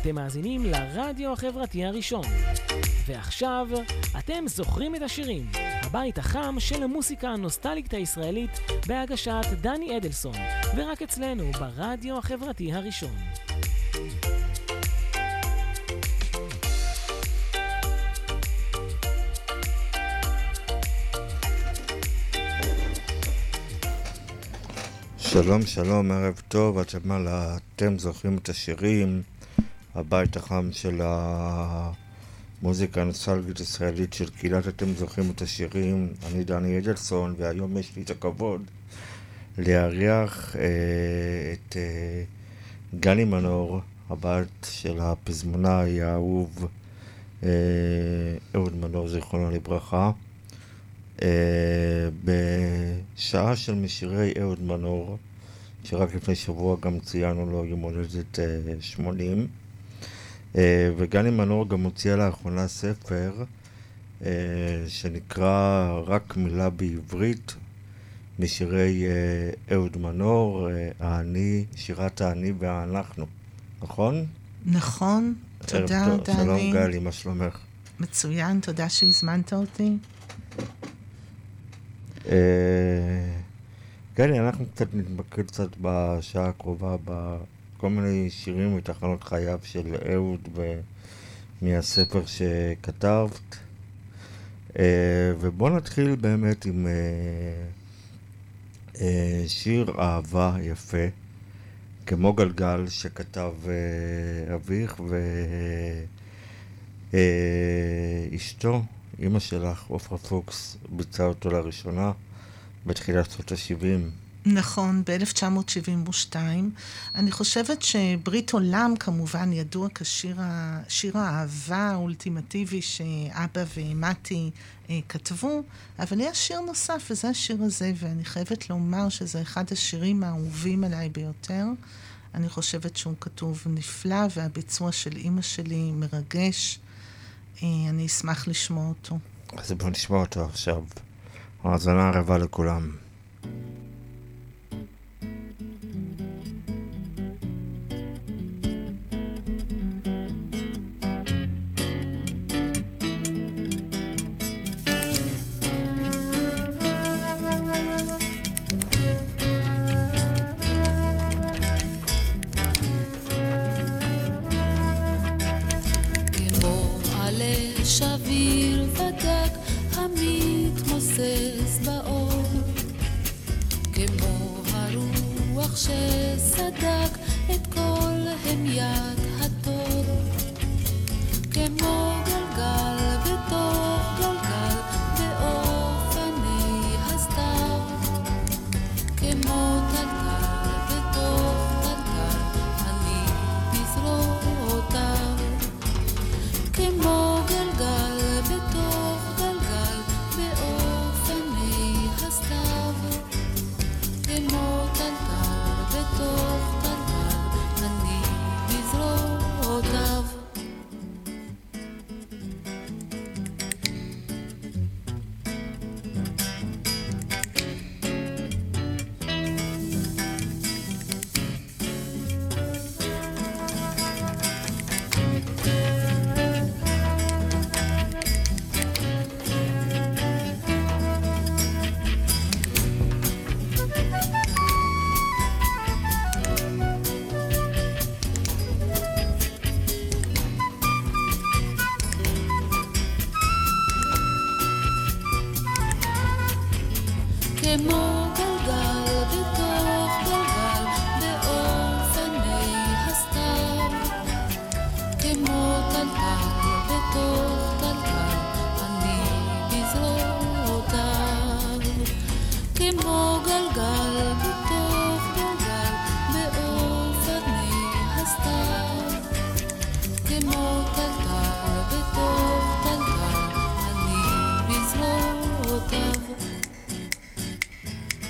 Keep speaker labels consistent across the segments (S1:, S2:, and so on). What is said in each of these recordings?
S1: אתם מאזינים לרדיו החברתי הראשון. ועכשיו, אתם זוכרים את השירים, הבית החם של המוסיקה הנוסטלגית הישראלית בהגשת דני אדלסון, ורק אצלנו ברדיו החברתי הראשון.
S2: שלום שלום, ערב טוב, אתם זוכרים את השירים, הבית החם של המוזיקה הנוסטלגית הישראלית של קהילת אתם זוכרים את השירים. אני דני אדלסון, והיום יש לי את הכבוד לארח את גלי מנור, הבת של הפזמונאי האהוב אהוד מנור, זיכרונו לברכה. בשעה של משירי אהוד מנור, שרק לפני שבוע גם ציינו לו יום הולדת 80, וגלי מנור גם הוציאה לאחרונה ספר שנקרא רק מילה בעברית, משירי אהוד מנור, האני, שירת האני והאנחנו, נכון?
S3: נכון, תודה דני.
S2: שלום גלי, מה שלומך?
S3: מצוין, תודה שהזמנת אותי.
S2: גלי, אנחנו קצת נתמקד קצת בשעה הקרובה בכל מיני שירים מתחנות חייו של אהוד מהספר שכתבת, ובוא נתחיל באמת עם שיר אהבה יפה כמו גלגל שכתב אביך ואשתו, אמא שלך, עופרה פוקס, ביצעה אותו לראשונה בתחילת שנות ה-70.
S3: נכון, ב-1972. אני חושבת שברית עולם כמובן ידוע כשיר האהבה האולטימטיבי שאבא ומתי כתבו, אבל יש שיר נוסף, וזה השיר הזה, ואני חייבת לומר שזה אחד השירים האהובים עליי ביותר. אני חושבת שהוא כתוב נפלא, והביצוע של אמא שלי מרגש. אני אשמח לשמוע אותו.
S2: אז בואו נשמע אותו עכשיו. האזנה הרבה לכולם.
S4: שביר ודק המתמוסס באור, כמו הרוח שסדק את כל המיית התור, כמו גלגל בתוך גלגל באופני הסתיו, כמו טלטל בתוך טלטל אני בזרועותיו, כמו גלגל בתוך גלגל באופני הסתיו, כמו טלטל בתוך טלטל אני בזרועותיו. כמו גלגל בתוך גלגל באופני הסתיו, כמו טלטל בתוך טלטל אני בזרועותיו, כמו גלגל בתוך גלגל באופני הסתיו, כמו טלטל בתוך טלטל אני בזרועותיו.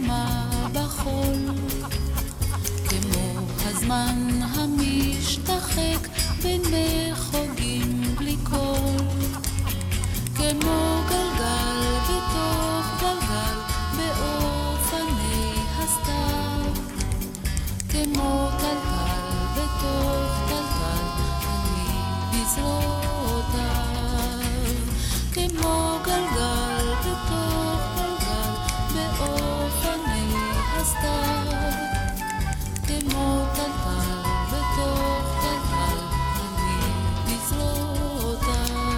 S4: נשמה בחול, כמו הזמן המשתחק בין מחוגים בלי קול, כמו גלגל בתוך גלגל באופני הסתיו, כמו טלטל בתוך טלטל אני בזרועותיו, כמו גלגל בתוך גלגל באופני הסתיו, כמו טלטל בתוך טלטל אני בזרועותיו.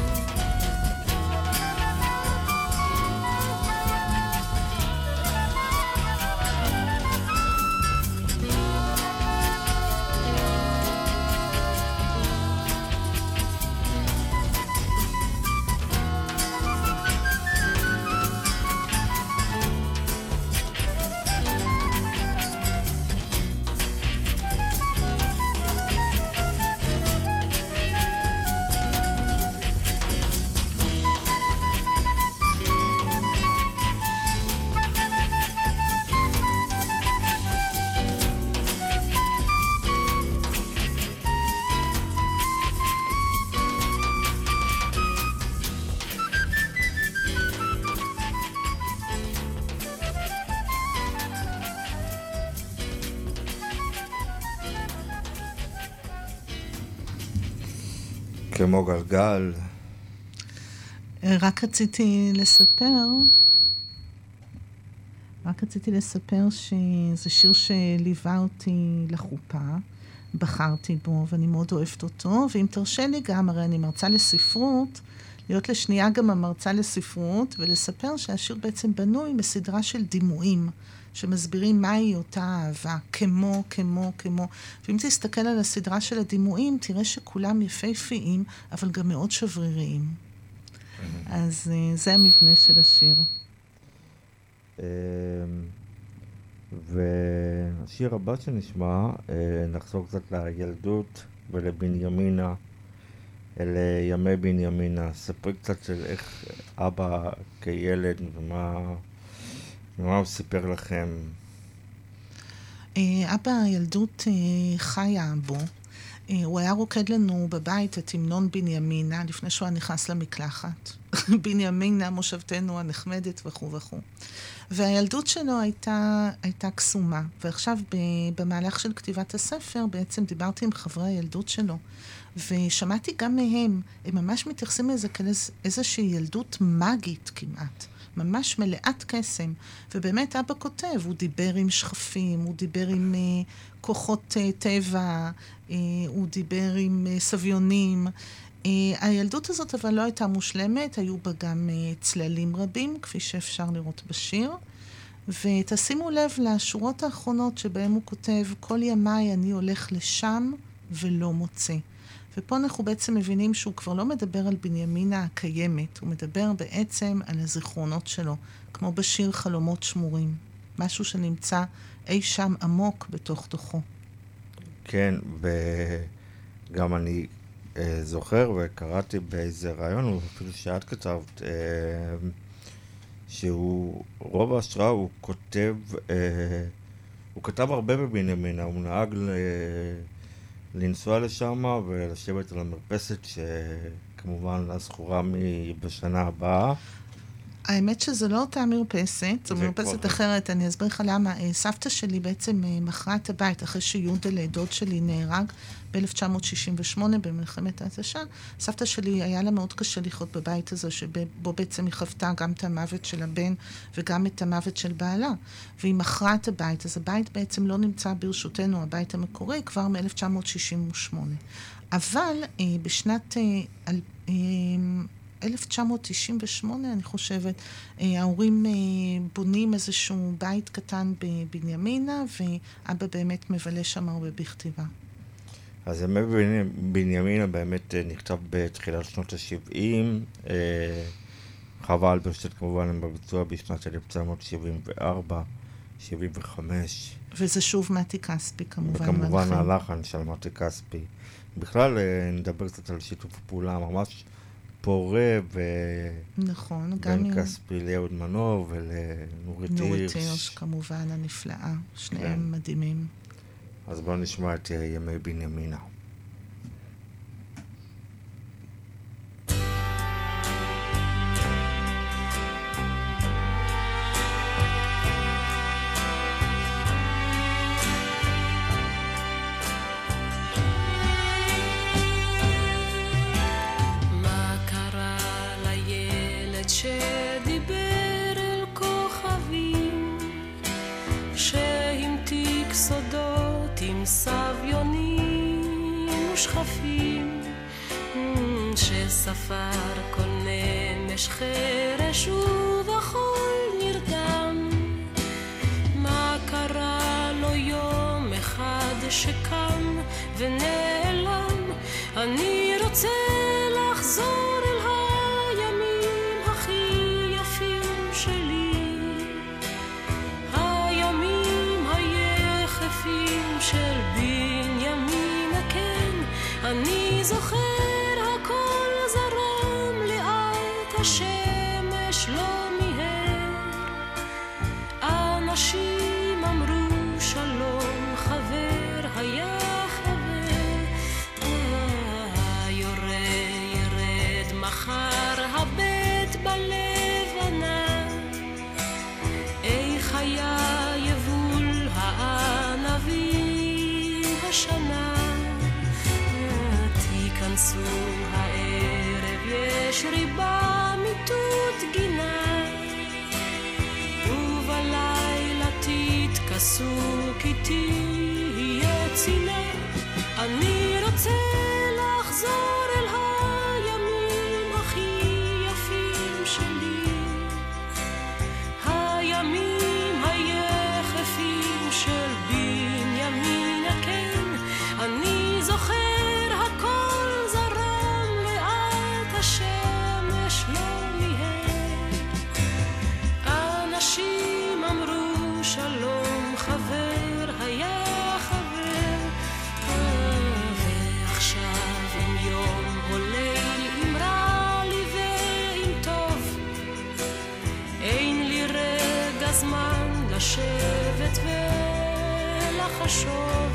S2: כמו גלגל.
S3: רק רציתי לספר שזה שיר שליווה אותי לחופה, בחרתי בו ואני מאוד אוהבת אותו, ואם תרשה לי גם, הרי אני מרצה לספרות, להיות לשנייה גם המרצה לספרות, ולספר שהשיר בעצם בנוי מסדרה של דימויים, שמסבירים מהי אותה אהבה, כמו. ואם תסתכל על הסדרה של הדימויים, תראה שכולם יפהפיים, אבל גם מאוד שבריריים. אז זה המבנה של השיר.
S2: והשיר הבא שנשמע, נחזור קצת לילדות ולבנימינה, אלה ימי בנימינה. ספרי קצת של איך אבא כילד ומה הוא סיפר לכם.
S3: אבא הילדות חיה בו. הוא היה רוקד לנו בבית את המנון בנימינה, לפני שהוא נכנס למקלחת. בנימינה, מושבתנו הנחמדת וכו'. והילדות שלו הייתה קסומה. ועכשיו במהלך של כתיבת הספר, בעצם דיברתי עם חברי הילדות שלו, ושמעתי גם מהם, הם ממש מתייחסים לזה כאיזושהי ילדות מגית כמעט. ממש מלאת קסם, ובאמת אבא כותב, הוא דיבר עם שכפים, הוא דיבר עם כוחות טבע, הוא דיבר עם סביונים. הילדות הזאת אבל לא הייתה מושלמת, היו בה גם צללים רבים, כפי שאפשר לראות בשיר, ותשימו לב לשורות האחרונות שבהם הוא כותב, כל ימיי אני הולך לשם ולא מוצא. ופה אנחנו בעצם מבינים שהוא כבר לא מדבר על בנימינה הקיימת, הוא מדבר בעצם על הזיכרונות שלו, כמו בשיר חלומות שמורים, משהו שנמצא אי שם עמוק בתוך תוכו.
S2: כן, וגם אני זוכר וקראתי באיזה רעיון, אפילו שאת כתבת, שהוא, רוב ההשראה הוא כתב הרבה בבנימינה, הוא נהג לנסוע לשם ולשבת על המרפסת שכמובן הזכורה בשנה הבאה.
S3: האמת שזה לא אותה מרפסת, זו מרפסת אחרת, אני אסביר לך למה. סבתא שלי בעצם מכרה את הבית אחרי שיהודלה, דוד שלי, נהרג ב-1968 במלחמת ההתשה. סבתא שלי היה לה מאוד קשה לחיות בבית הזה, שבו בעצם היא חוותה גם את המוות של הבן וגם את המוות של בעלה. והיא מכרה את הבית, אז הבית בעצם לא נמצא ברשותנו, הבית המקורי, כבר מ-1968. אבל בשנת 1998, אני חושבת, ההורים בונים איזשהו בית קטן בבנימינה, ואבא באמת מבלה שם הרבה בכתיבה.
S2: אז ימי בנימינה באמת נכתב בתחילת שנות ה-70, חווה אלברשטיין כמובן הם בביצוע בשנת 1974, 75.
S3: וזה שוב מתי כספי כמובן.
S2: וכמובן הלחן של מתי כספי. בכלל נדבר קצת על שיתוף פעולה ממש פורה
S3: נכון, גם
S2: בן כספי ליהוד מנור ולנורית
S3: נורית
S2: הירש.
S3: הירש, כמובן, הנפלאה. שניהם מדהימים.
S2: אז בואו נשמע את ימי בנימינה.
S5: ספר קונה משחרש ובחול נרדם. מה קרה לו יום אחד שקם ונעלם? אני רוצה לחזור אל הימים הכי יפים שלי, הימים היחפים של בנימין. כן, אני זוכר השמש לא מיהר, אנשים אמרו שלום, חבר היה חבר. ירד מחר הבית בלבנה, איך היה יבול הענבים השנה. תיכנסו הערב, יש ריבה מיטוט גינה, ובלילה תתכסו כי תהיה צינה. אני רוצה לחזור אל הימים הכי יפים שלי, הימים היחפים של בנימין. כן, אני זוכר הכל זרם לאט, השמש לא מיהר, אנשים אמרו שלום, חבר היה חבר. ועכשיו אם יום עולה, אם רע לי ואם טוב, אין לי רגע זמן לשבת ולחשוב.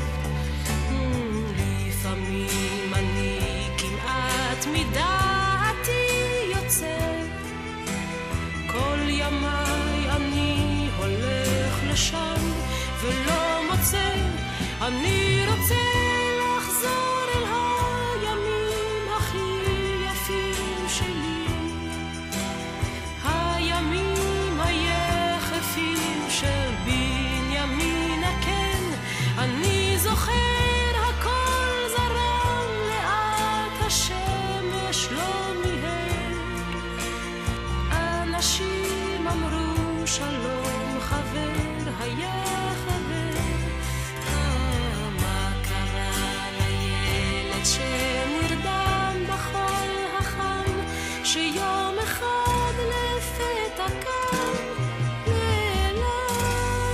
S5: לפעמים אני כמעט מדעתי יוצא, כל ימיי אני הולך לשם ולא מוצא. אני רוצה לחזור אל הימים הכי יפים שלי, הימים היחפים של בנימין. כן, אני זוכר הכל זרם לאט, השמש לא מיהר, אנשים אמרו שלום, חבר היה חבר. מה קרה לילד שנרדם בחול החם, שיום אחד לפתע קם נעלם?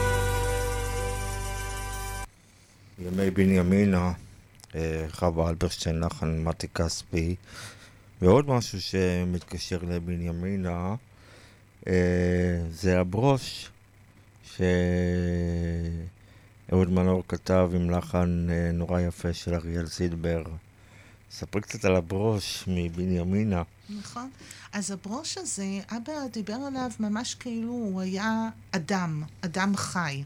S2: ימי בנימינה, חווה אלברשטיין, לחן מתי כספי. ועוד משהו שמתקשר לבנימינה, זה הברוש שאהוד מנור כתב עם לחן נורא יפה של אריאל זילבר. ספרי קצת על הברוש מבנימינה.
S3: נכון. אז הברוש הזה, אבא דיבר עליו ממש כאילו הוא היה אדם חי.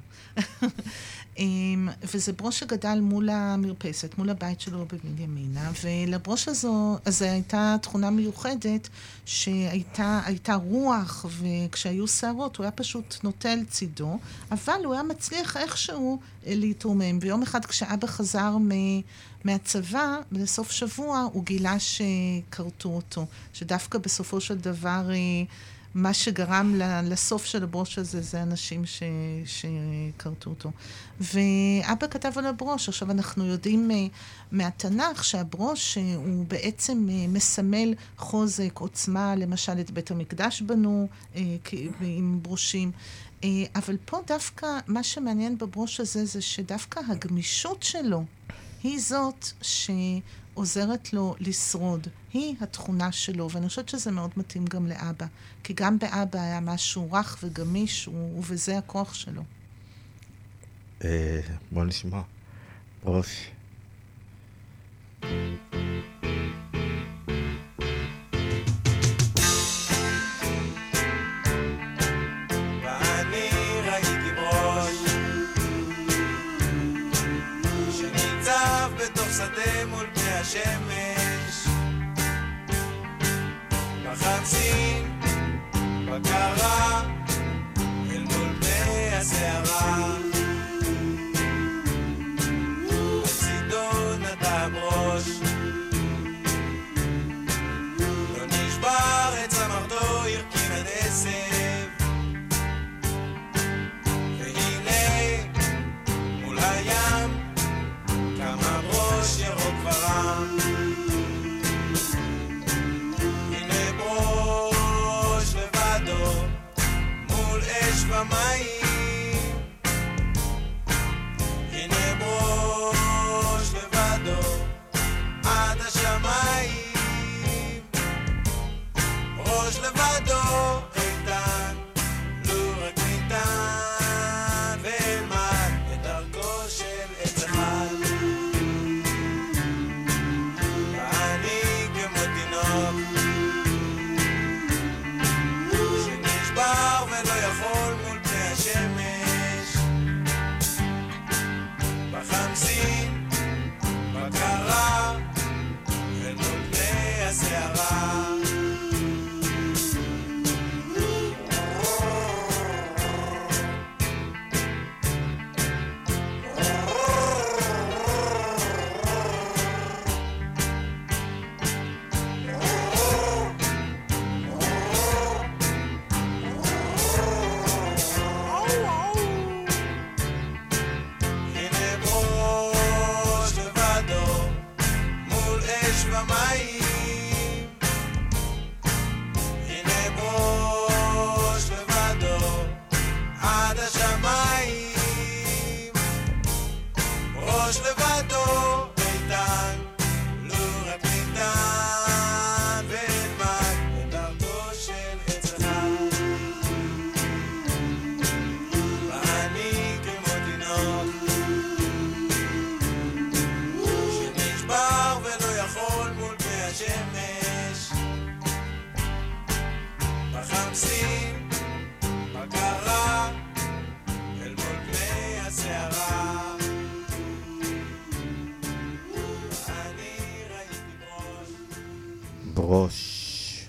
S3: וזה ברוש שגדל מול המרפסת, מול הבית שלו בבנימינה, ולברוש הזה הייתה תכונה מיוחדת שהייתה רוח, וכשהיו שערות הוא היה פשוט נוטל צידו, אבל הוא היה מצליח איכשהו להתרומם. ויום אחד כשאבא חזר מהצבא, בסוף שבוע, הוא גילה שקרטו אותו, שדווקא בסופו של דבר מה שגרם לסוף של הברוש הזה, זה אנשים שקרטו אותו. ואבא כתב על הברוש. עכשיו אנחנו יודעים מהתנ"ך שהברוש הוא בעצם מסמל חוזק, עוצמה, למשל את בית המקדש בנו עם ברושים. אבל פה דווקא מה שמעניין בברוש הזה זה שדווקא הגמישות שלו היא זאת שעוזרת לו לשרוד. היא התכונה שלו, ואני חושבת שזה מאוד מתאים גם לאבא. כי גם באבא היה משהו רך וגמיש, ובזה הכוח שלו.
S2: בוא נשמע. ברוש.
S6: שדה מול פני השמש בחמסין בקרה אל מול פני הסערה הצידו נטע בראש לא נשבר את צמרתו הרכין עד עשב והנה מול הים כמה ברוש ירוק ורם הנה ברוש לבדו מול אש ומים הנה ברוש לבדו עד השמיים ברוש לבדו איתן לו רק ניתן ואלמד את דרכו של עץ אחד שנשבר ולא יכול מול פני השמש בחמסין בקרה אל מול פני הסערה
S2: ברוש.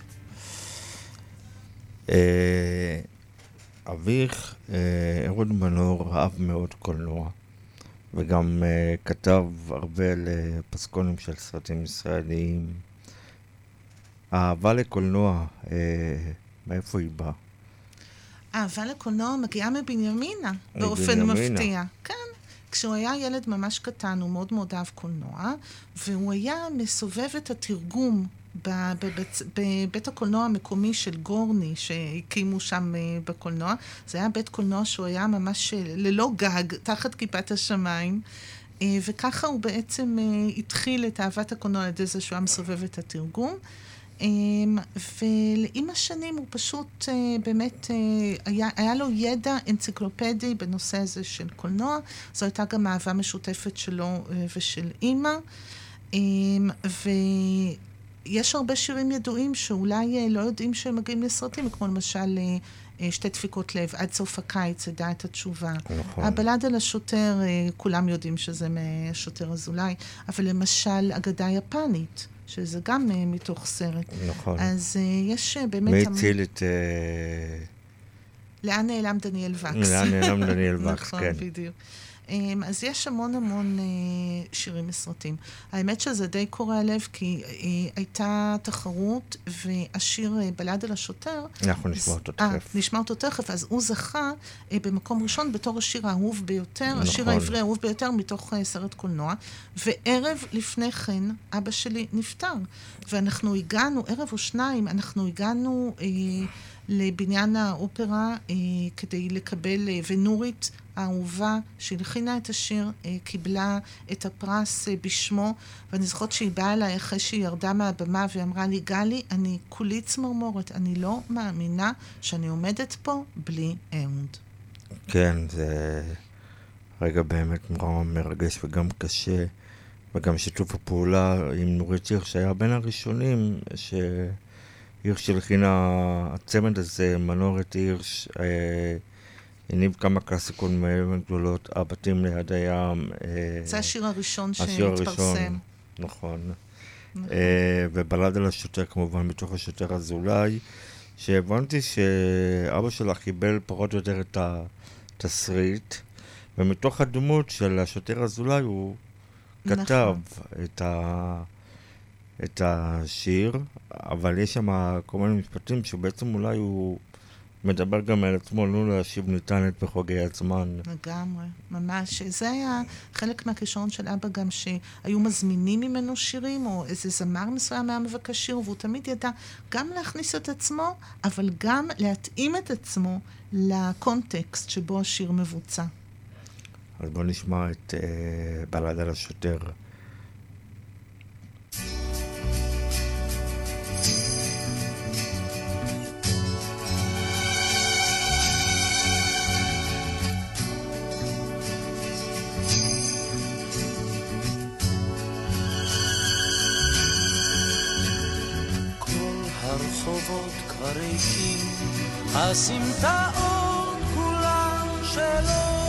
S2: אביך, אהוד מנור, אהב מאוד קולנוע, וגם כתב הרבה לפסקונים של סרטים ישראליים. האהבה לקולנוע, מאיפה היא באה?
S3: האהבה לקולנוע מגיעה מבנימינה, באופן מפתיע. כן. כשהוא היה ילד ממש קטן, הוא מאוד מאוד אהב קולנוע, והוא היה מסובב את התרגום בבית הקולנוע המקומי של גורני, שהקימו שם בקולנוע. זה היה בית קולנוע שהוא היה ממש ללא גג, תחת כיפת השמיים, וככה הוא בעצם התחיל את אהבת הקולנוע על ידי זה שהוא היה מסובב את התרגום. ועם השנים הוא פשוט באמת, היה לו ידע אנציקלופדי בנושא הזה של קולנוע. זו הייתה גם אהבה משותפת שלו ושל אימא. ויש הרבה שירים ידועים שאולי לא יודעים שהם מגיעים לסרטים, כמו למשל שתי דפיקות לב, עד סוף הקיץ, ידע את התשובה.
S2: נכון.
S3: הבלד על השוטר, כולם יודעים שזה מהשוטר אזולאי, אבל למשל אגדה יפנית, שזה גם מתוך סרט.
S2: נכון.
S3: אז יש באמת...
S2: מי הציל את...
S3: לאן נעלם דניאל וקס.
S2: לאן נעלם דניאל וקס,
S3: נכון,
S2: כן.
S3: בדיוק. אז יש המון שירים מסרטים. האמת שזה די קורע לב, כי הייתה תחרות, והשיר בלד על השוטר...
S2: אנחנו נשמע אותו תכף.
S3: נשמע אותו תכף, אז הוא זכה במקום ראשון בתור השיר האהוב ביותר,
S2: נכון.
S3: השיר העברי האהוב ביותר מתוך סרט קולנוע, וערב לפני כן אבא שלי נפטר, ואנחנו הגענו, ערב או שניים, אנחנו הגענו לבניין האופרה כדי לקבל, ונורית האהובה שהלחינה את השיר, קיבלה את הפרס בשמו, ואני זוכרת שהיא באה אליי אחרי שהיא ירדה מהבמה ואמרה לי, גלי, אני כולי צמרמורת, אני לא מאמינה שאני עומדת פה בלי אהוד.
S2: כן, זה רגע באמת נורא מרגש וגם קשה, וגם שיתוף הפעולה עם נורית הירש שהיה בין הראשונים, שהירש הלחינה, הצמד הזה, מנורת הירש, הניב כמה קלאסיקות מאוד גדולות, הבתים ליד הים.
S3: זה השיר הראשון שהתפרסם.
S2: נכון. ובלד על השוטר כמובן, מתוך השוטר אזולאי, שהבנתי שאבא שלה קיבל פחות או יותר את התסריט, ומתוך הדמות של השוטר אזולאי הוא כתב את השיר, אבל יש שם כל מיני משפטים שבעצם אולי הוא מדבר גם על עצמו, לא להשיב ניתנת בחוגי הזמן.
S3: לגמרי, ממש. זה היה חלק מהכישרון של אבא גם, שהיו מזמינים ממנו שירים, או איזה זמר מסוים היה מבקש שיר, והוא תמיד ידע גם להכניס את עצמו, אבל גם להתאים את עצמו לקונטקסט שבו השיר מבוצע.
S2: אז בואו נשמע את בלד על השוטר.
S6: הרחובות כבר ריקים, הסמטאות כולן שלו,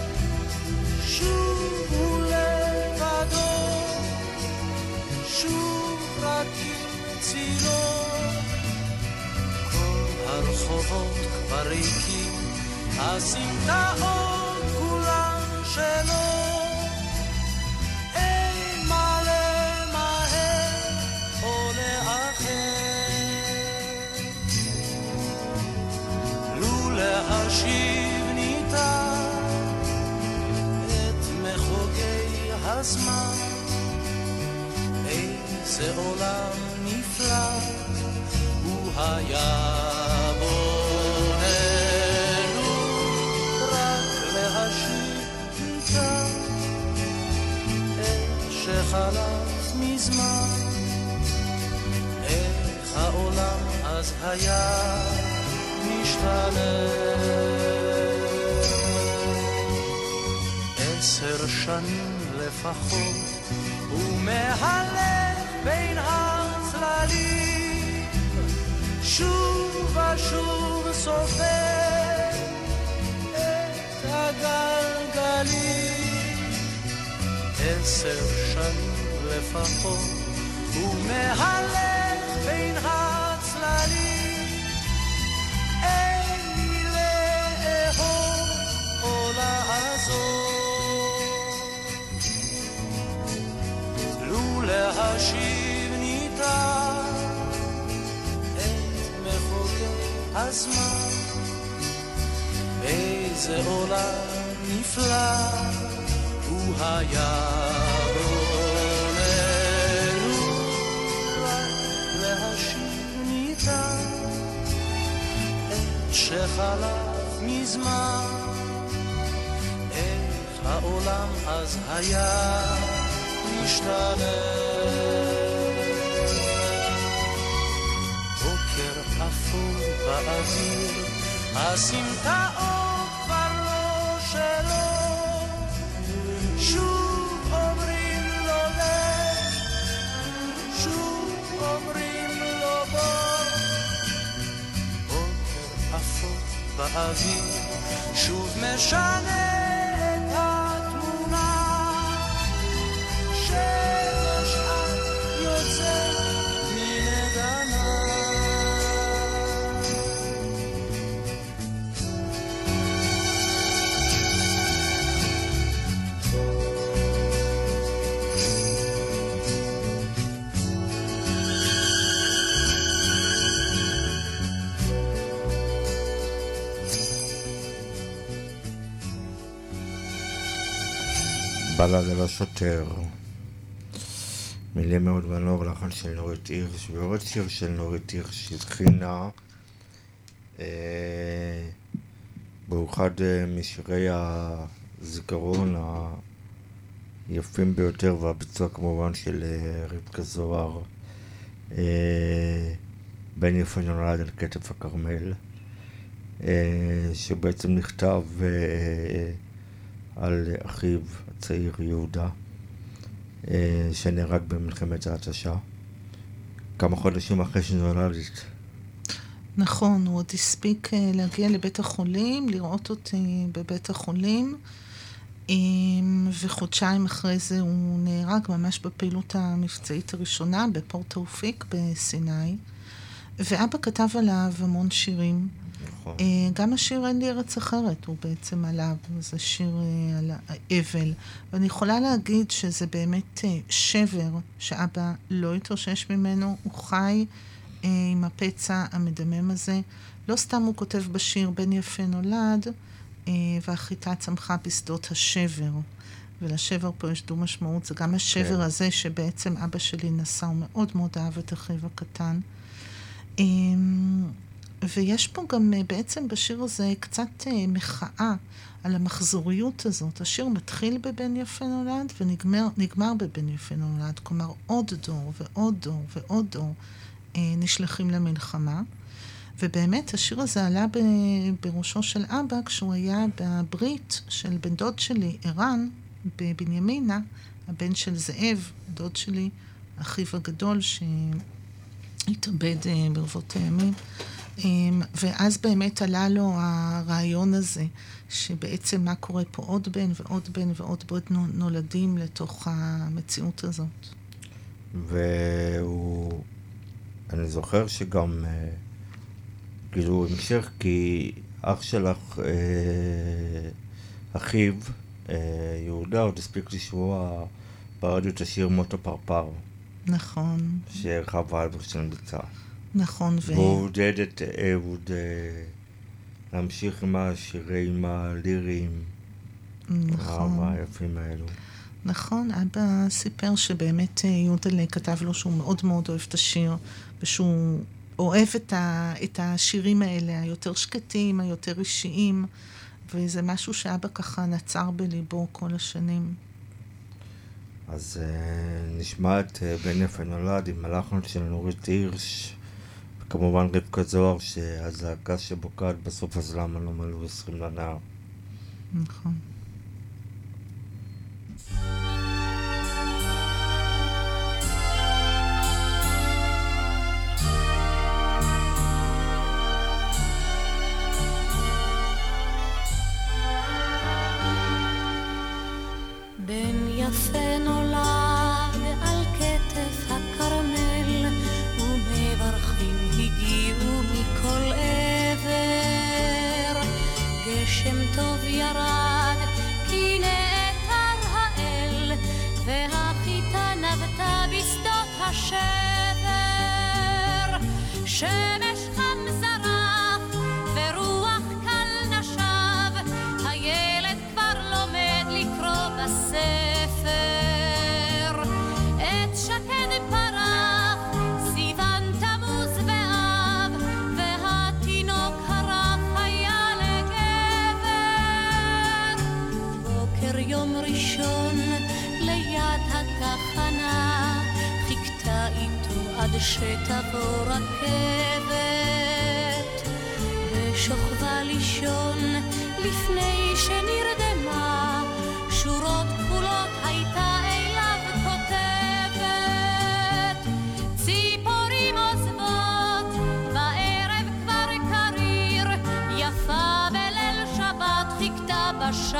S6: שוב הוא לבדו, שוב רק עם צילו. כל הרחובות כבר ריקים, הסמטאות כולן שלו, אין מה למהר או לאחר, להשיב ניתן את מחוגי הזמן. איזה עולם נפלא הוא היה בוננו, רק להשיב ניתן את שחלף מזמן. איך העולם אז היה משתנה. 10 שנים לפחות הוא מהלך בין הצללים, שוב ושוב סופר את הגלגלים. 10 שנים לפחות הוא מהלך בין הצללים, להשיב ניתן את מחוגי הזמן. איזה עולם נפלא הוא היה בוננו, רק להשיב ניתן את שחלף מזמן. איך העולם אז היה משתנה. בוקר אפור באוויר, הסמטאות כבר לא שלו, שוב אומרים לו לך, שוב אומרים לו בוא. בוקר אפור באוויר, שוב משנה את התמונה, שמש את יוצא מנגנה.
S2: בלד על השוטר, מילים מאוד מנור, לחן של נורית הירש, ועוד שיר של נורית הירש שהתחינה, והוא אחד משירי הזיכרון היפים ביותר, והביצוע כמובן של רבקה זוהר, בן יפה נולד על כתף הכרמל, שבעצם נכתב על אחיו הצעיר יהודה, שנהרג במלחמת ההתשה כמה חודשים אחרי שנולדת.
S3: נכון, הוא עוד הספיק להגיע לבית החולים, לראות אותי בבית החולים, וחודשיים אחרי זה הוא נהרג ממש בפעילות המבצעית הראשונה בפורט תאופיק בסיני, ואבא כתב עליו המון שירים.
S2: נכון.
S3: גם השיר אין לי ארץ אחרת הוא בעצם עליו, זה שיר על האבל, ואני יכולה להגיד שזה באמת שבר שאבא לא התאושש ממנו, הוא חי עם הפצע המדמם הזה. לא סתם הוא כותב בשיר בן יפה נולד, והחיטה צמחה בשדות השבר. ולשבר פה יש דו משמעות, זה גם השבר הזה שבעצם אבא שלי נשא, הוא מאוד מאוד אהב את אחיו הקטן. ויש פה גם בעצם בשיר הזה קצת מחאה על המחזוריות הזאת. השיר מתחיל בבן יפה נולד ונגמר בבן יפה נולד. כלומר, עוד דור ועוד דור ועוד דור נשלחים למלחמה. ובאמת השיר הזה עלה בראשו של אבא כשהוא היה בברית של בן דוד שלי, ערן, בבנימינה, הבן של זאב, דוד שלי, אחיו הגדול שהתאבד ברבות הימים. ואז באמת עלה לו הרעיון הזה, שבעצם מה קורה פה, עוד בן ועוד בן ועוד בן נולדים לתוך המציאות הזאת.
S2: אני זוכר שגם כאילו המשך, כי אח שלך, אחיו, יהודה, עוד הספיק לשמוע ברדיו את השיר מוטו פרפר.
S3: נכון.
S2: שרחב אלברשטיין ביצע.
S3: נכון.
S2: והוא עודד את אהוד להמשיך עם השירים הליריים.
S3: נכון.
S2: היפים האלו.
S3: נכון, אבא סיפר שבאמת יהודה כתב לו שהוא מאוד מאוד אוהב את השיר, ושהוא אוהב את השירים האלה, היותר שקטים, היותר אישיים, וזה משהו שאבא ככה נצר בליבו כל השנים.
S2: אז נשמע את בן יפה נולד עם הלחן של נורית הירש, וכמובן רבקה זוהר, שהזעקה שבוקעת בסוף, אז למה לא מלאו 20 לנער.
S3: נכון.
S4: בן יפה נולד על כתף הכרמל, ומברכים הגיעו מכל עבר. גשם טוב ירד, כי נעתר האל, והחיטה נבטה בשדות השבר. שמש חם זרח, ורוח קל נשב, הילד כבר לומד לקרוא בספר. עת שקד פרח, סיוון תמוז ואב, והתינוק הרך היה לגבר. בוקר יום ראשון ליד התחנה, חיכתה איתו עד שתבוא רכבת. ושוכבה לישון לפני שנרדמה, שורות כחולות הייתה אליו כותבת. ציפורים עוזבות, בערב כבר קריר, יפה בליל שבת חיכתה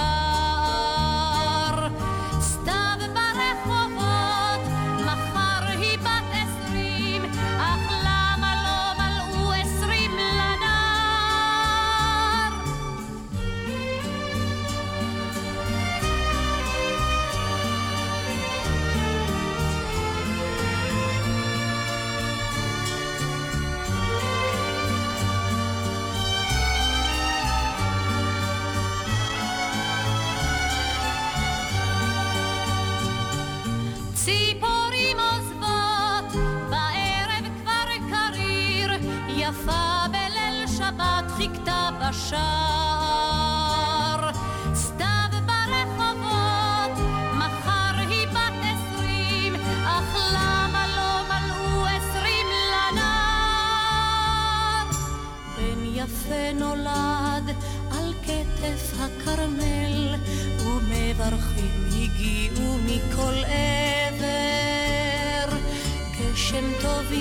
S4: בשער. סתיו ברחובות, מחר היא בת 20, אך למה לא מלאו 20 לנער? ציפורים עוזבות, בערב כבר קריר, יפה בליל שבת חיכתה בשער.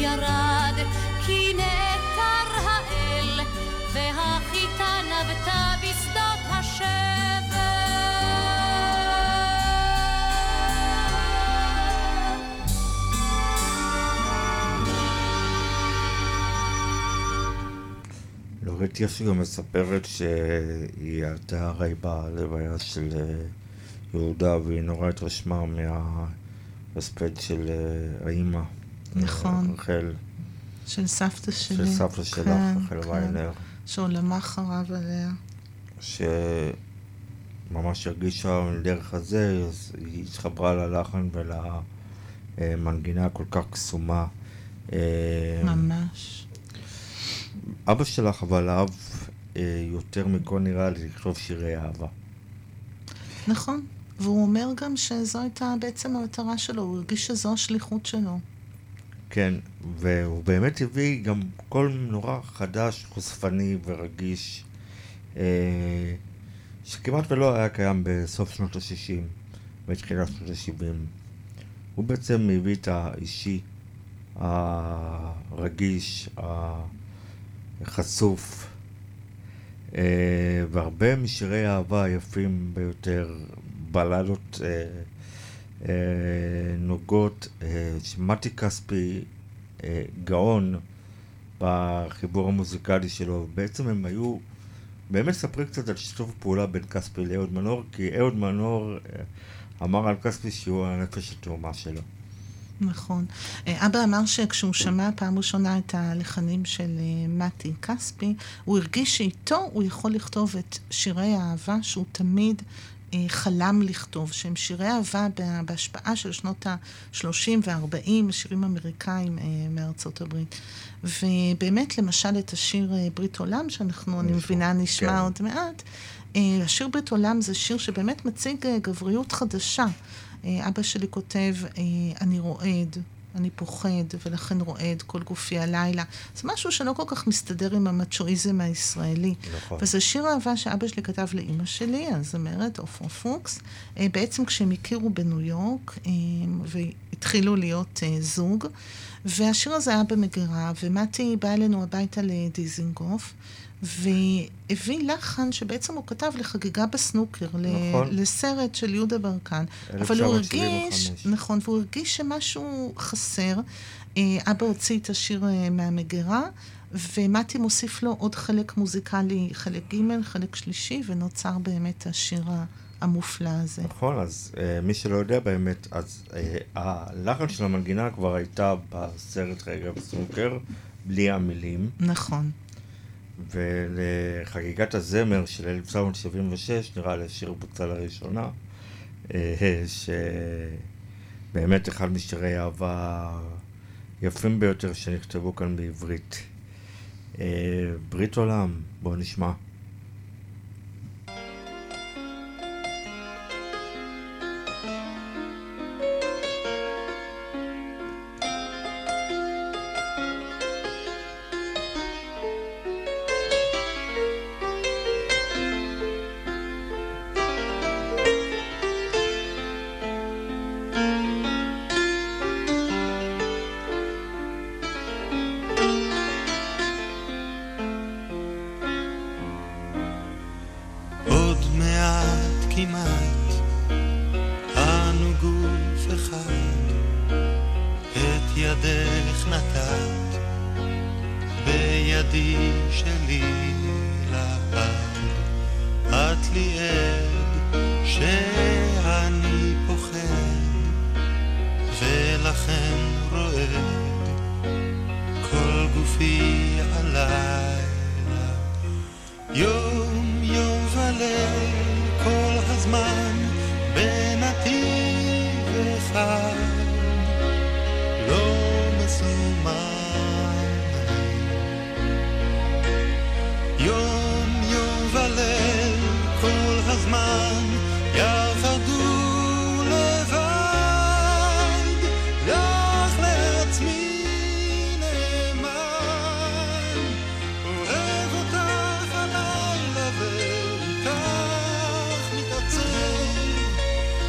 S4: ירד, כי נעתר האל, והחיטה נבטה בשדות השבר.
S2: לורית ישי גם מספרת שהיא עלתה הרי בלוויה של יהודה, והיא נורא התרשמה מההספד של האמא.
S3: נכון.
S2: רחל.
S3: של סבתא שלי.
S2: של סבתא שלך,
S3: כן,
S2: רחל
S3: כן.
S2: ויינר.
S3: שעולמה חרב עליה.
S2: שממש הרגישה דרך הזה, אז היא התחברה ללחן ולמנגינה הכל כך קסומה.
S3: ממש.
S2: אבא שלך אבל אהב יותר מכל נראה לי לכתוב שירי אהבה.
S3: נכון. והוא אומר גם שזו הייתה בעצם המטרה שלו, הוא הרגיש שזו השליחות שלו.
S2: כן, והוא באמת הביא גם קול נורא חדש, חושפני ורגיש, שכמעט ולא היה קיים בסוף שנות ה-60 בתחילת שנות ה-70. הוא בעצם הביא את האישי, הרגיש, החשוף, והרבה משירי האהבה היפים ביותר, בלדות נוגות, שמתי כספי גאון בחיבור המוזיקלי שלו. בעצם הם היו באמת ספרים קצת על שיתוף פעולה בין כספי לאהוד מנור, כי אהוד מנור אמר על כספי שהוא הנפש התאומה שלו.
S3: נכון. אבא אמר שכשהוא שמע פעם ראשונה את הלחנים של מתי כספי, הוא הרגיש שאיתו הוא יכול לכתוב את שירי האהבה שהוא תמיד חלם לכתוב, שהם שירי אהבה בהשפעה של שנות ה-30 וה-40, שירים אמריקאים מארצות הברית. ובאמת, למשל, את השיר ברית עולם, שאנחנו, אני מבינה, נשמע עוד מעט, השיר ברית עולם זה שיר שבאמת מציג גבריות חדשה. אבא שלי כותב, אני רועד, אני פוחד, ולכן רועד כל גופי הלילה. זה משהו שלא כל כך מסתדר עם המצ'ואיזם הישראלי.
S2: נכון.
S3: וזה שיר אהבה שאבא שלי כתב לאמא שלי, הזמרת, עופרה פוקס, בעצם כשהם הכירו בניו יורק, והתחילו להיות זוג, והשיר הזה היה במגירה, ומתי בא אלינו הביתה לדיזינגוף, והביא לחן שבעצם הוא כתב לחגיגה בסנוקר,
S2: נכון.
S3: לסרט של יהודה ברקן.
S2: 1975.
S3: אבל הוא הרגיש, נכון, והוא הרגיש שמשהו חסר. אבא הוציא את השיר מהמגירה, ומתי מוסיף לו עוד חלק מוזיקלי, חלק ג', חלק שלישי, ונוצר באמת השיר המופלא הזה.
S2: נכון, אז מי שלא יודע באמת, אז הלחן של המנגינה כבר הייתה בסרט רגע בסנוקר, בלי המילים.
S3: נכון.
S2: ולחגיגת הזמר של 1976, נראה לי השיר בוצע לראשונה, שבאמת אחד משירי אהבה יפים ביותר שנכתבו כאן בעברית. ברית עולם, בואו נשמע.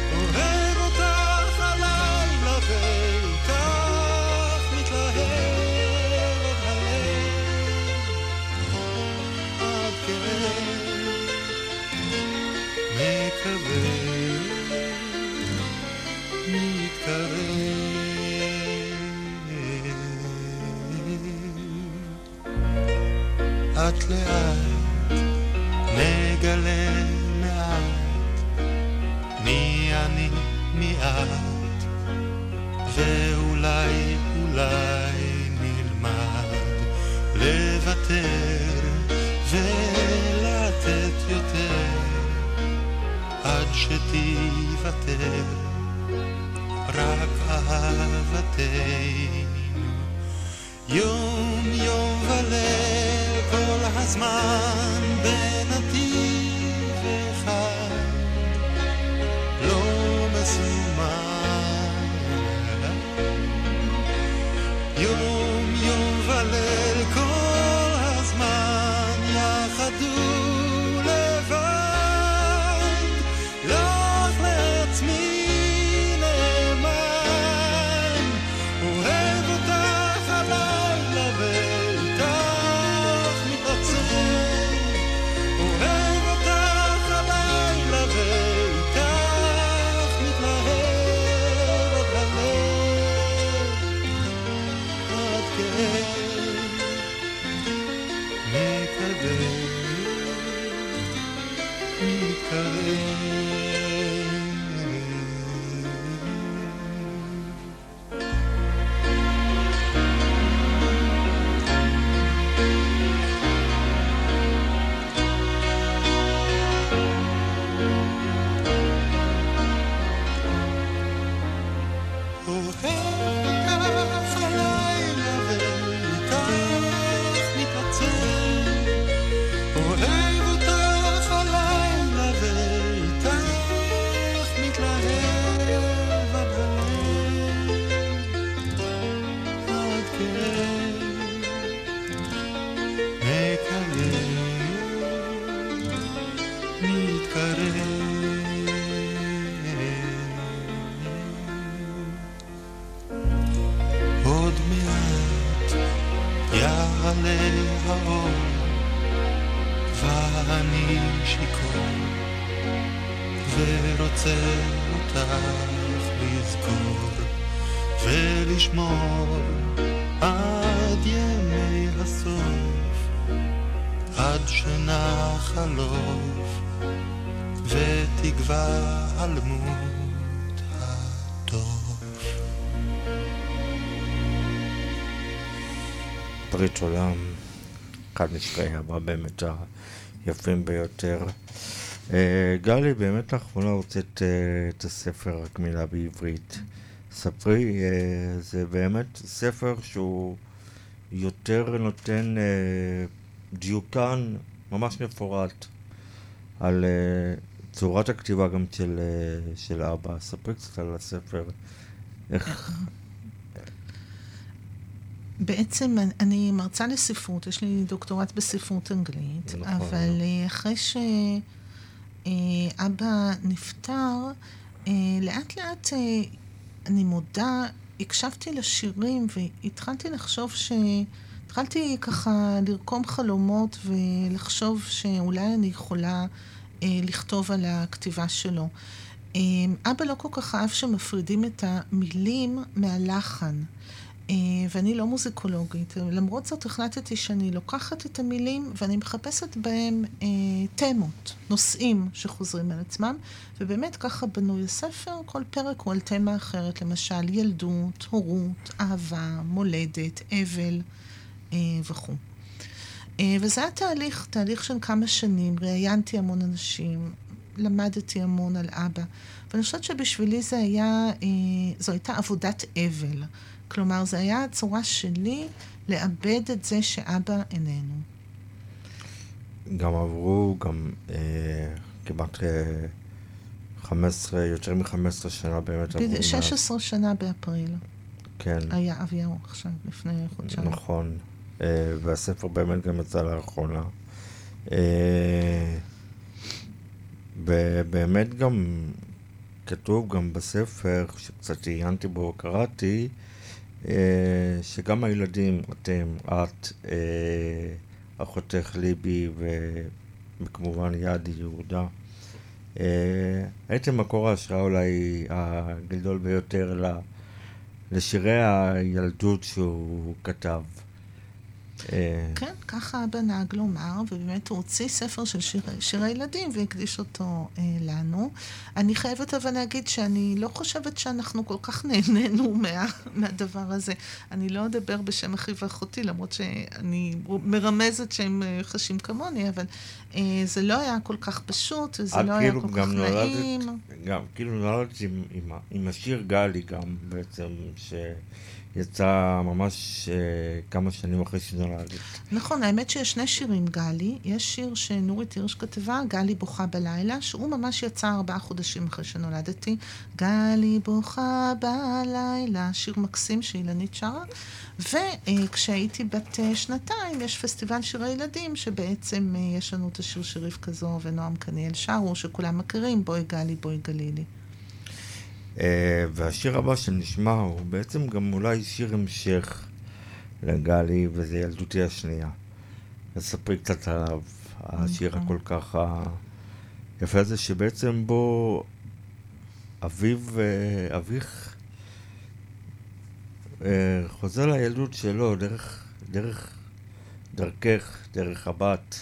S6: אוהב אותך הלילה ואיתך מתלהב
S7: מקווה, מתקרב. את לאט נגלה מעט, מי אני מי את, ואולי נלמד לוותר ולתת יותר עד שתיוותר רק אהבתנו. יום יום וליל כל הזמן בנתיב אחד לא מסומן. יום יום וליל כל הזמן יחד ולבד, לך לעצמי נאמן, אוהב אותך הלילה ואיתך מתעצם, אוהב אותך הלילה ואיתך מתלהב עד הלב, עד כאב מקווה, מתקרב. עוד מעט יעלה האור ואני שיכור ורוצה אותך לזכור ולשמור עד ימי הסוף, עד שנחלוף ותקווה על מות הטוב.
S2: ברית עולם, אחד משקעי הבא באמת היפים ביותר. גלי, באמת לאחרונה הוצאת את הספר רק מילה בעברית. ספרי, זה באמת ספר שהוא יותר נותן דיוקן ממש מפורט על צורת הכתיבה גם של אבא. ספרי קצת על הספר. איך...
S3: בעצם אני מרצה לספרות, יש לי דוקטורט בספרות אנגלית,
S2: נכון.
S3: אבל אחרי שאבא נפטר, לאט לאט אני מודה, הקשבתי לשירים והתחלתי לחשוב התחלתי ככה לרקום חלומות ולחשוב שאולי אני יכולה לכתוב על הכתיבה שלו. אבא לא כל כך אהב שמפרידים את המילים מהלחן. ואני לא מוזיקולוגית, למרות זאת החלטתי שאני לוקחת את המילים ואני מחפשת בהם תמות, נושאים שחוזרים על עצמם, ובאמת ככה בנוי הספר, כל פרק הוא על תמה אחרת, למשל ילדות, הורות, אהבה, מולדת, אבל וכו'. וזה היה תהליך של כמה שנים, ראיינתי המון אנשים, למדתי המון על אבא, ואני חושבת שבשבילי זו הייתה עבודת אבל. כלומר, זה היה הצורה שלי לאבד את זה שאבא איננו.
S2: גם עברו כמעט יותר מ-15 שנה באמת עברו.
S3: 16 שנה באפריל.
S2: כן.
S3: היה אביהו עכשיו, לפני חודשיים.
S2: נכון. והספר באמת גם יצא לאחרונה. ובאמת גם כתוב גם בספר, שקצת עיינתי בו, קראתי, שגם הילדים, את, אחותך ליבי וכמובן יעדי יהודה, הייתם מקור ההשראה אולי הגדול ביותר לשירי הילדות שהוא כתב.
S3: כן, ככה אבא נהג לומר, ובאמת הוא הוציא ספר של שירי ילדים והקדיש אותו לנו. אני חייבת אבל להגיד שאני לא חושבת שאנחנו כל כך נהנינו מהדבר הזה. אני לא אדבר בשם אחי ואחותי, למרות שאני מרמזת שהם חשים כמוני, אבל זה לא היה כל כך פשוט, וזה לא היה כל כך נעים.
S2: כאילו נולדת עם השיר גלי גם בעצם, יצא ממש כמה שנים אחרי שנולדת.
S3: נכון, האמת שיש שני שירים גלי. יש שיר שנורית הירש כתבה, גלי בוכה בלילה, שהוא ממש יצא 4 חודשים אחרי שנולדתי. גלי בוכה בלילה, שיר מקסים שאילנית שרה. וכשהייתי בת 2 יש פסטיבל שירי ילדים, שבעצם יש לנו את השיר של רבקה זוהר ונועם קניאל שרו, שכולם מכירים, בואי גלי, בואי גלילי.
S2: והשיר הבא שנשמע הוא בעצם גם אולי שיר המשך לגלי, וזה ילדותי השנייה. לספרי קצת עליו, השיר הכל כך יפה הזה, שבעצם בו אביך חוזר לילדות שלו דרכך, דרך הבת.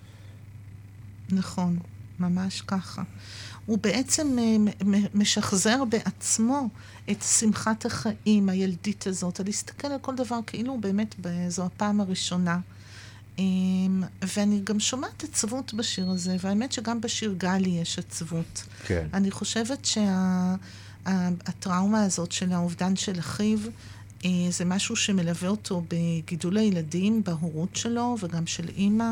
S3: נכון, ממש ככה. הוא בעצם משחזר בעצמו את שמחת החיים הילדית הזאת, על להסתכל על כל דבר כאילו באמת זו הפעם הראשונה. ואני גם שומעת עצבות בשיר הזה, והאמת שגם בשיר גלי יש עצבות.
S2: כן.
S3: אני חושבת שהטראומה הזאת של האובדן של אחיו, זה משהו שמלווה אותו בגידול הילדים, בהורות שלו וגם של אמא.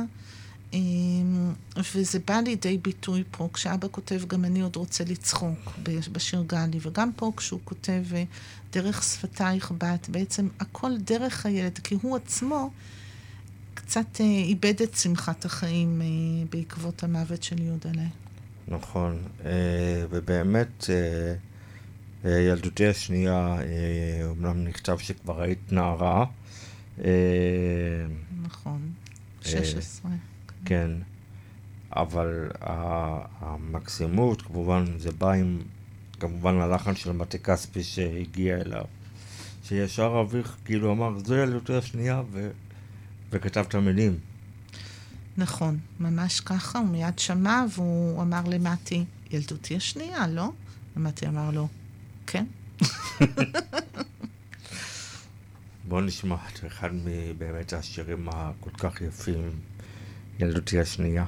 S3: וזה בא לידי ביטוי פה, כשאבא כותב גם אני עוד רוצה לצחוק בשיר גלי, וגם פה כשהוא כותב דרך שפתייך בת, בעצם הכל דרך הילד, כי הוא עצמו קצת איבד את שמחת החיים בעקבות המוות של יודלה.
S2: נכון, ובאמת ילדותי השנייה, אומנם נכתב שכבר היית נערה.
S3: נכון, 16.
S2: כן, אבל המקסימות, כמובן, זה בא עם, כמובן, הלחן של מטה כספי שהגיע אליו, שישר אביך כאילו אמר, זו ילדותי השנייה, וכתב את המילים.
S3: נכון, ממש ככה, הוא מיד שמע, והוא אמר למתי, ילדותי השנייה, לא? ומתי אמר לו, כן.
S2: בואו נשמע את אחד מבאמת השירים הכל כך יפים, ילדותי השנייה.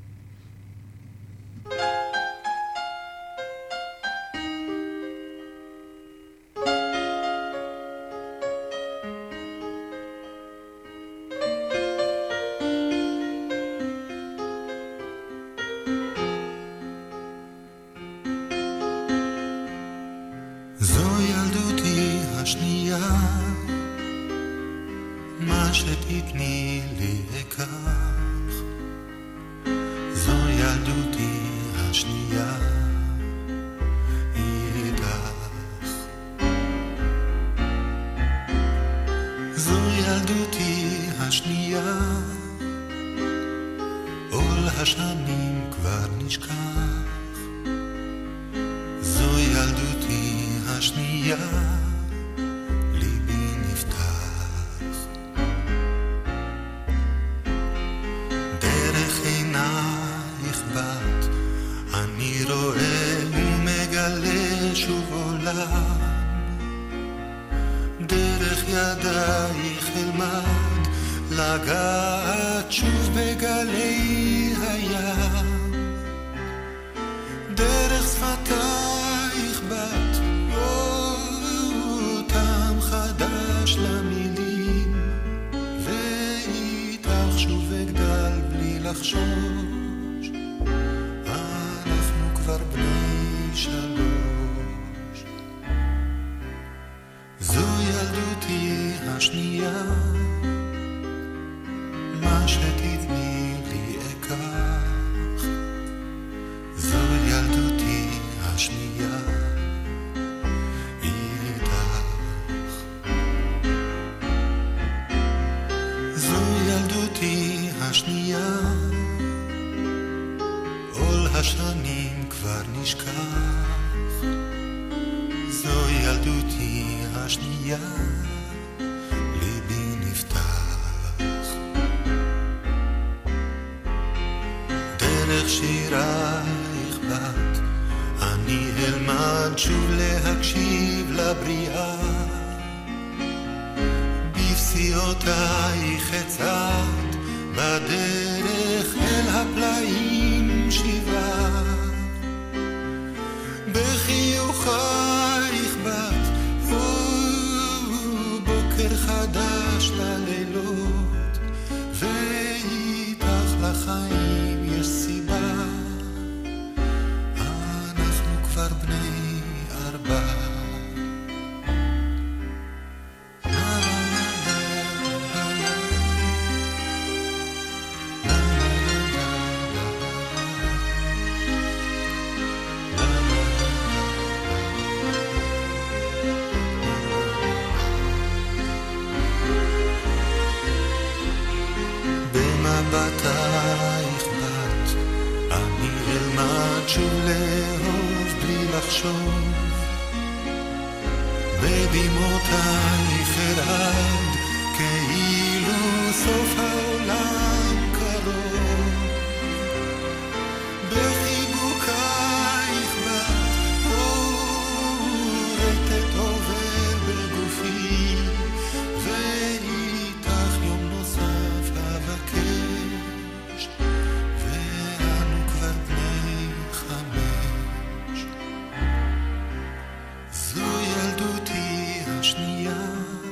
S7: זו ילדותי השנייה, מה שתתני לי אקח. זו ילדותי השנייה, איתך. זו ילדותי השנייה, עול השנים כבר נשכח. זו ילדותי השנייה, ליבי נפתח. דרך עינייך בת, אני רואה ומגלה שוב עולם. דרך ידייך אלמד, לגעת שוב בגלי הים. דרך שפתייך בת, אותם חדש למילים, ואיתך שוב אגדל בלי לחשוש, אנחנו כבר בני 3. זו ילדותי השנייה, מה שתתני לי אקח. זו ילדותי השנייה, איתך. זו ילדותי השנייה, עול השנים כבר כבר נשכח, זו ילדותי השנייה, ליבי נפתח. דרך שירייך בת, אני אלמד שוב להקשיב לבריאה, בפסיעותייך אצעד, בדרך אל הפלאים שבעה, בחיוכייך בת, בוקר חדש ללילות, ואיתך לחיים יש סיבה, אנחנו כבר בני 4. במבטייך בת, אני אלמד שוב לאהוב בלי לחשוב, בדמעותייך ארעד, כאילו סוף העולם קרוב, בחיבוקייך בת, רטט עובר בגופי, ואיתך יום נוסף אבקש, ואנו כבר בני 5. זו ילדותי השנייה,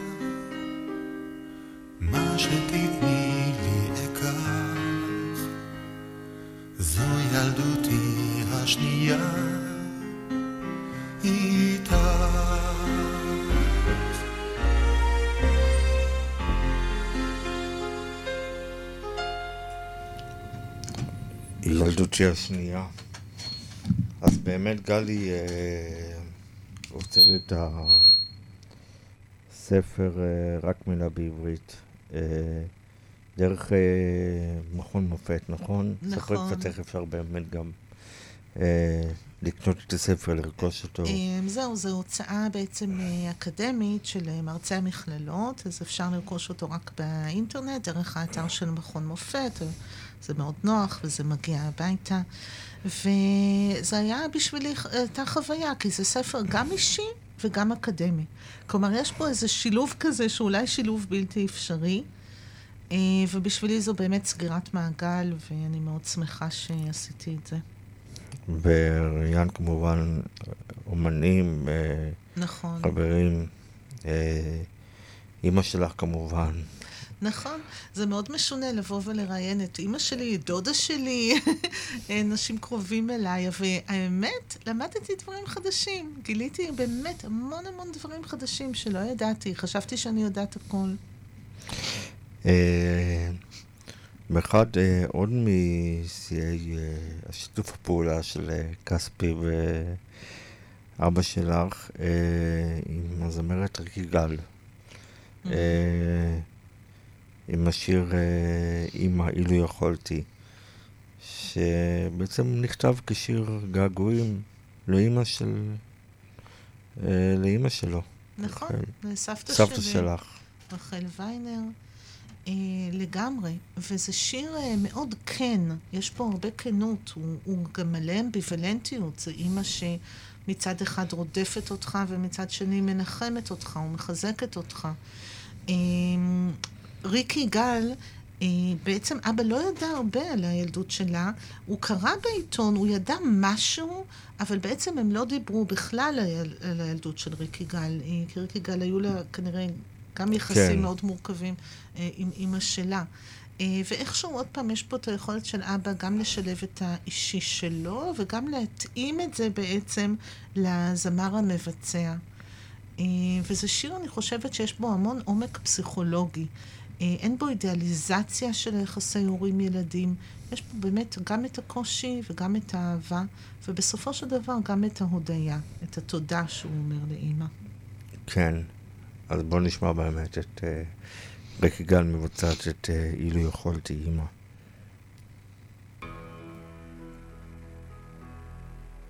S7: מה שתתני לי אקח, זו ילדותי השנייה, איתך.
S2: ילדותי השנייה. אז באמת גלי הוצאת את הספר רק מילה בעברית דרך מכון מופת, נכון?
S3: נכון.
S2: ספרי קצת איך אפשר באמת גם לקנות את הספר, לרכוש אותו.
S3: זהו, זו הוצאה בעצם אקדמית של מרצי המכללות, אז אפשר לרכוש אותו רק באינטרנט, דרך האתר של מכון מופת. זה מאוד נוח וזה מגיע הביתה. וזה היה בשבילי הייתה חוויה, כי זה ספר גם אישי וגם אקדמי. כלומר, יש פה איזה שילוב כזה, שאולי שילוב בלתי אפשרי, ובשבילי זו באמת סגירת מעגל, ואני מאוד שמחה שעשיתי את זה.
S2: וראיין כמובן אומנים,
S3: נכון.
S2: חברים, אמא שלך כמובן.
S3: נכון, זה מאוד משונה לבוא ולראיין את אמא שלי, דודה שלי, אנשים קרובים אליי, והאמת, למדתי דברים חדשים. גיליתי באמת המון המון דברים חדשים שלא ידעתי. חשבתי שאני יודעת הכל.
S2: באחד עוד משיאי השיתוף הפעולה של כספי ואבא שלך עם הזמרת ריקי גל. עם השיר אמא אילו יכולתי, שבעצם נכתב כשיר געגועים לאמא שלו.
S3: נכון, סבתא
S2: שלך.
S3: רחל ויינר, לגמרי. וזה שיר מאוד כן, יש פה הרבה כנות, הוא גם מלא אמביוולנטיות, זה אמא שמצד אחד רודפת אותך ומצד שני מנחמת אותך ומחזקת אותך. ריקי גל, בעצם אבא לא ידע הרבה על הילדות שלה, הוא קרא בעיתון, הוא ידע משהו, אבל בעצם הם לא דיברו בכלל על הילדות של ריקי גל, כי ריקי גל היו לה כנראה גם יחסים מאוד מורכבים עם אמא שלה. ואיכשהו עוד פעם יש פה את היכולת של אבא גם לשלב את האישי שלו, וגם להתאים את זה בעצם לזמר המבצע. וזה שיר, אני חושבת שיש בו המון עומק פסיכולוגי. אין בו אידיאליזציה של יחסי הורים-ילדים. יש פה באמת גם את הקושי וגם את האהבה, ובסופו של דבר גם את ההודיה, את התודה שהוא אומר לאמא.
S2: כן, אז בוא נשמע באמת את ריקי גל מבצעת את אילו יכולתי אמא.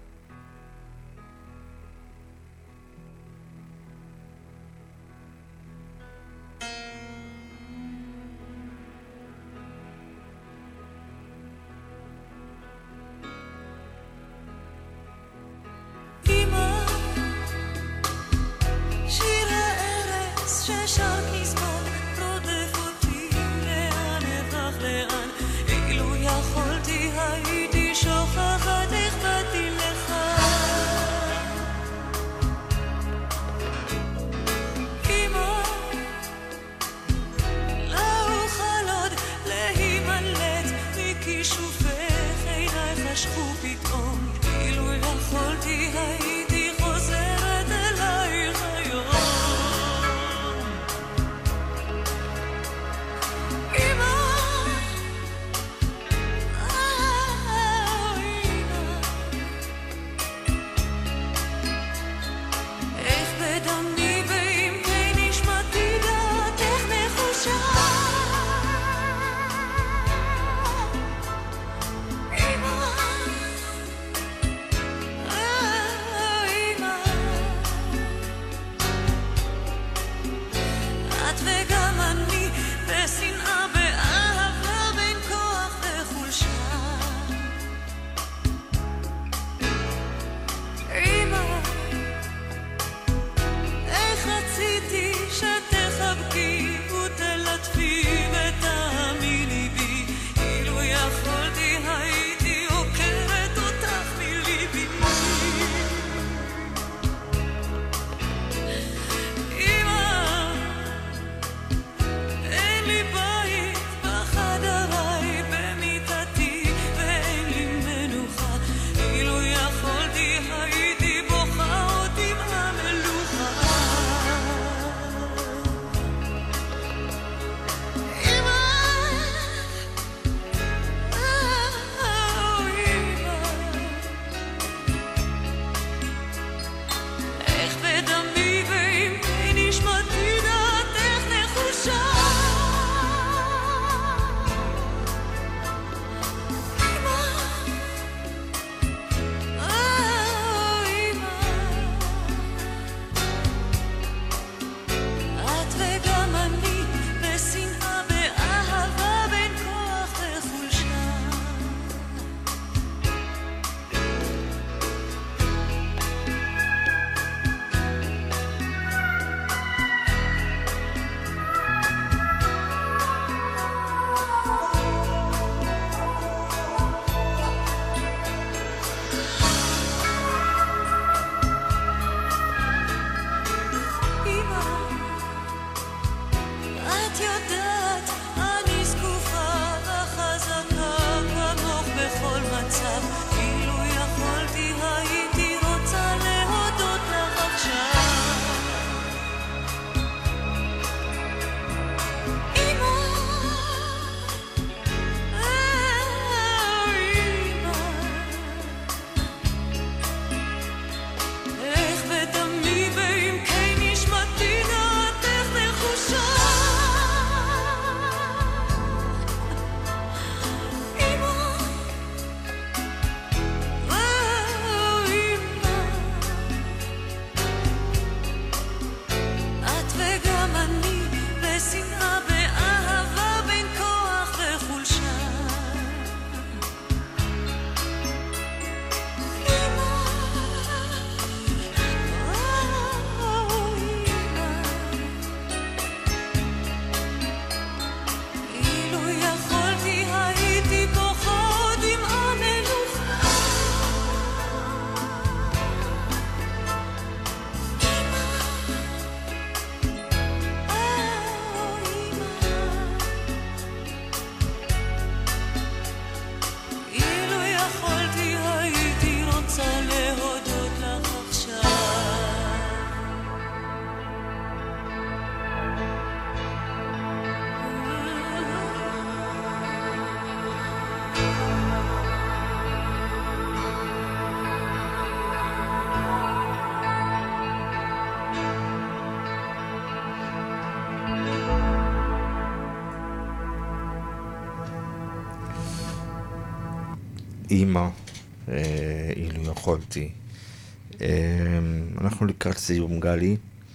S2: אימא, אילו יכולתי. אנחנו לקראת סיום, גלי.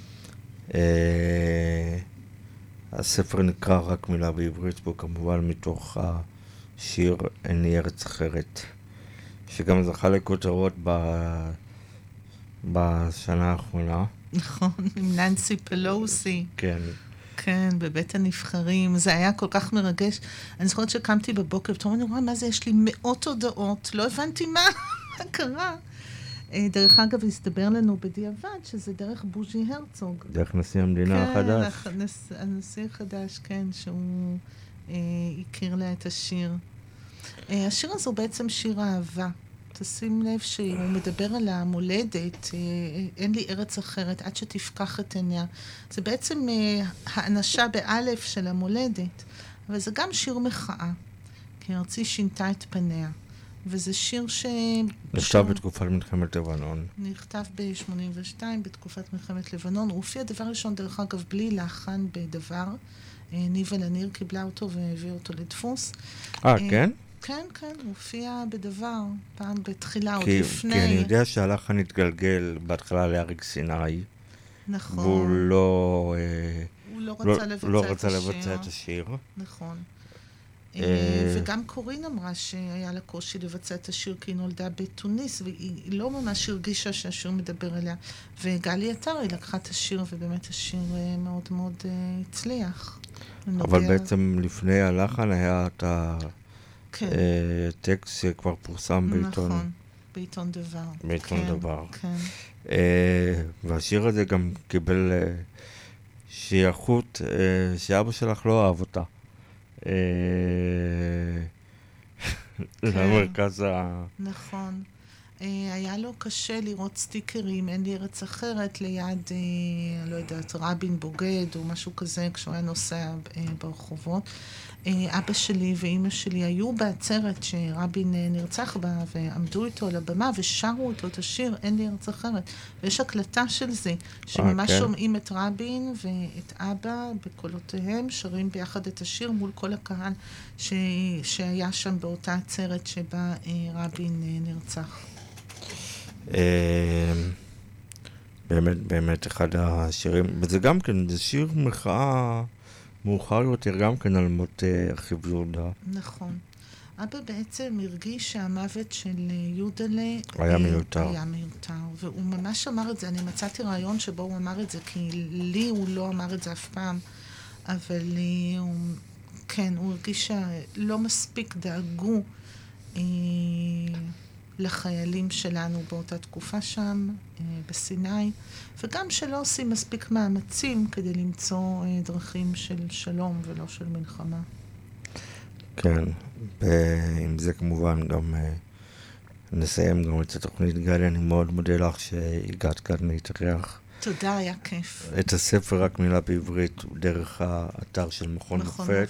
S2: הספר נקרא רק מילה בעברית, בו כמובן מתוך השיר אין לי ארץ אחרת, שגם זכה לכותרות בשנה האחרונה.
S3: נכון, עם ננסי פלוסי.
S2: כן.
S3: כן, בבית הנבחרים. זה היה כל כך מרגש. אני זוכרת שקמתי בבוקר, ותראו, אני רואה מה זה, יש לי מאות הודעות, לא הבנתי מה קרה. דרך אגב, הסתבר לנו בדיעבד שזה דרך בוז'י הרצוג.
S2: דרך נשיא המדינה החדש.
S3: כן, הנשיא החדש, כן, שהוא הכיר לה את השיר. השיר הזה הוא בעצם שיר אהבה. תשים לב שהוא מדבר על המולדת, אין לי ארץ אחרת, עד שתפקח את עיניה. זה בעצם האנשה באלף של המולדת, אבל זה גם שיר מחאה, כי ארצי שינתה את פניה. וזה שיר
S2: נכתב בתקופת מלחמת לבנון.
S3: נכתב ב-82, בתקופת מלחמת לבנון. הוא הופיע דבר ראשון, דרך אגב, בלי לחן בדבר. ניבה לניר קיבלה אותו והביא אותו לדפוס.
S2: כן?
S3: כן, כן, הוא הופיע בדבר, פעם בתחילה, עוד לפני.
S2: כי אני יודע שהלחן התגלגל בהתחלה לאריק סיני.
S3: נכון.
S2: והוא
S3: לא רצה
S2: לבצע את השיר.
S3: נכון. וגם קורין אמרה שהיה לה קושי לבצע את השיר כי היא נולדה בתוניס, והיא לא ממש הרגישה שהשיר מדבר אליה. וגלי עטר, היא לקחה את השיר, ובאמת השיר מאוד מאוד הצליח.
S2: אבל בעצם לפני הלחן היה את הטקסט שכבר פורסם בעיתון.
S3: נכון, בעיתון דבר.
S2: בעיתון דבר.
S3: כן.
S2: והשיר הזה גם קיבל שייכות שאבא שלך לא אהב אותה. למרכז
S3: נכון. היה לו קשה לראות סטיקרים, אין לי ארץ אחרת, ליד, לא יודעת, רבין בוגד או משהו כזה, כשהוא היה נוסע ברחובות. אבא שלי ואימא שלי היו בעצרת שרבין נרצח בה, ועמדו איתו על הבמה ושרו איתו את השיר, אין לי ארץ אחרת. ויש הקלטה של זה, שממש שומעים את רבין ואת אבא בקולותיהם, שרים ביחד את השיר מול כל הקהל שהיה שם באותה עצרת שבה רבין נרצח.
S2: באמת אחד השירים, וזה גם כן, זה שיר מחאה מאוחר יותר גם כן על מות אחיו יהודה.
S3: נכון. אבא בעצם הרגיש שהמוות של יהודלה
S2: היה מיותר.
S3: והוא ממש אמר את זה, אני מצאתי רעיון שבו הוא אמר את זה, כי לי הוא לא אמר את זה אף פעם, אבל הוא הרגיש שלא מספיק דאגו לחיילים שלנו באותה תקופה שם, בסיני, וגם שלא עושים מספיק מאמצים כדי למצוא דרכים של שלום ולא של מלחמה.
S2: כן, ועם זה כמובן גם נסיים גם את התוכנית. גלי, אני מאוד מודה לך שהגעת כאן להתארח.
S3: תודה, היה כיף.
S2: את הספר רק מילה בעברית דרך האתר של מכון מופת.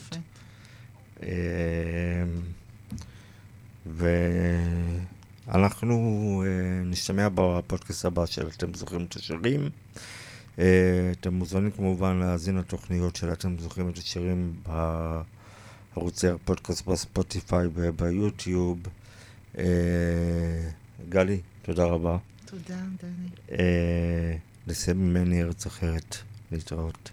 S2: ואנחנו נשתמע בפודקאסט הבא של אתם זוכרים את השירים. אתם מוזמנים כמובן להאזין לתוכניות של אתם זוכרים את השירים בערוצי הפודקאסט בספוטיפיי וביוטיוב. גלי, תודה רבה.
S3: תודה, דני.
S2: לסיים ממני ארץ אחרת. להתראות.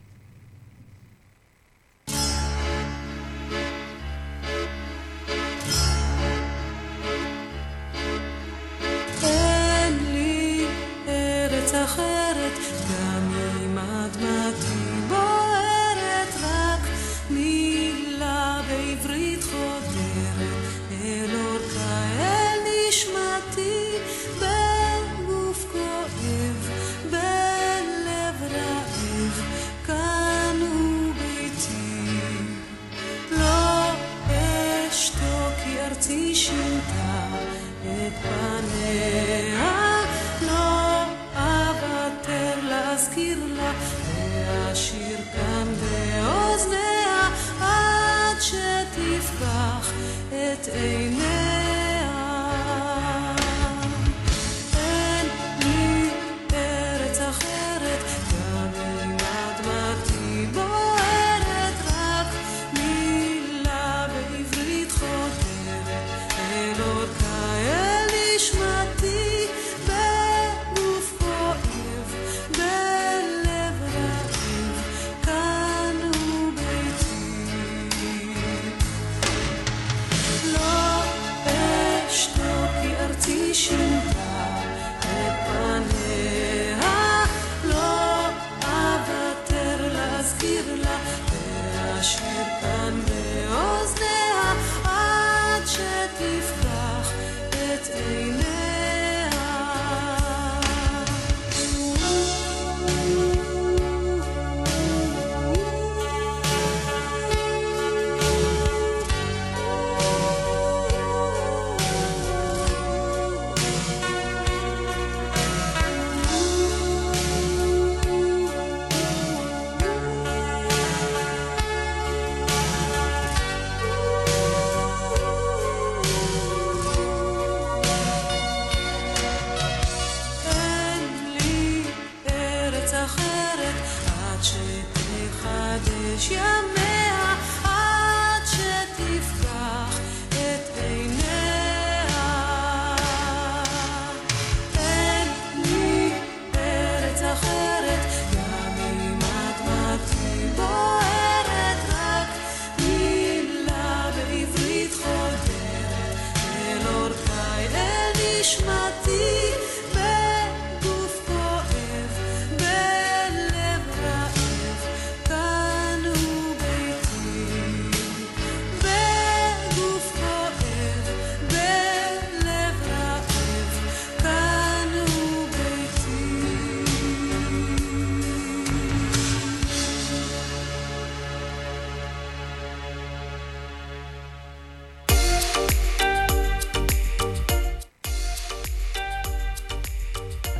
S5: אחרת, גם אם אדמתי בוערת, רק מילה בעברית חודרת אל אורכה, אל נשמתי, בגוף כואב, בלב רעב,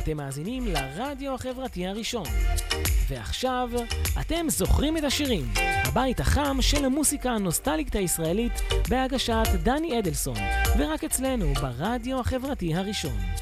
S1: אתם מאזינים לרדיו החברתי הראשון. ועכשיו, אתם זוכרים את השירים, הבית החם של המוסיקה הנוסטלגית הישראלית בהגשת דני אדלסון, ורק אצלנו ברדיו החברתי הראשון.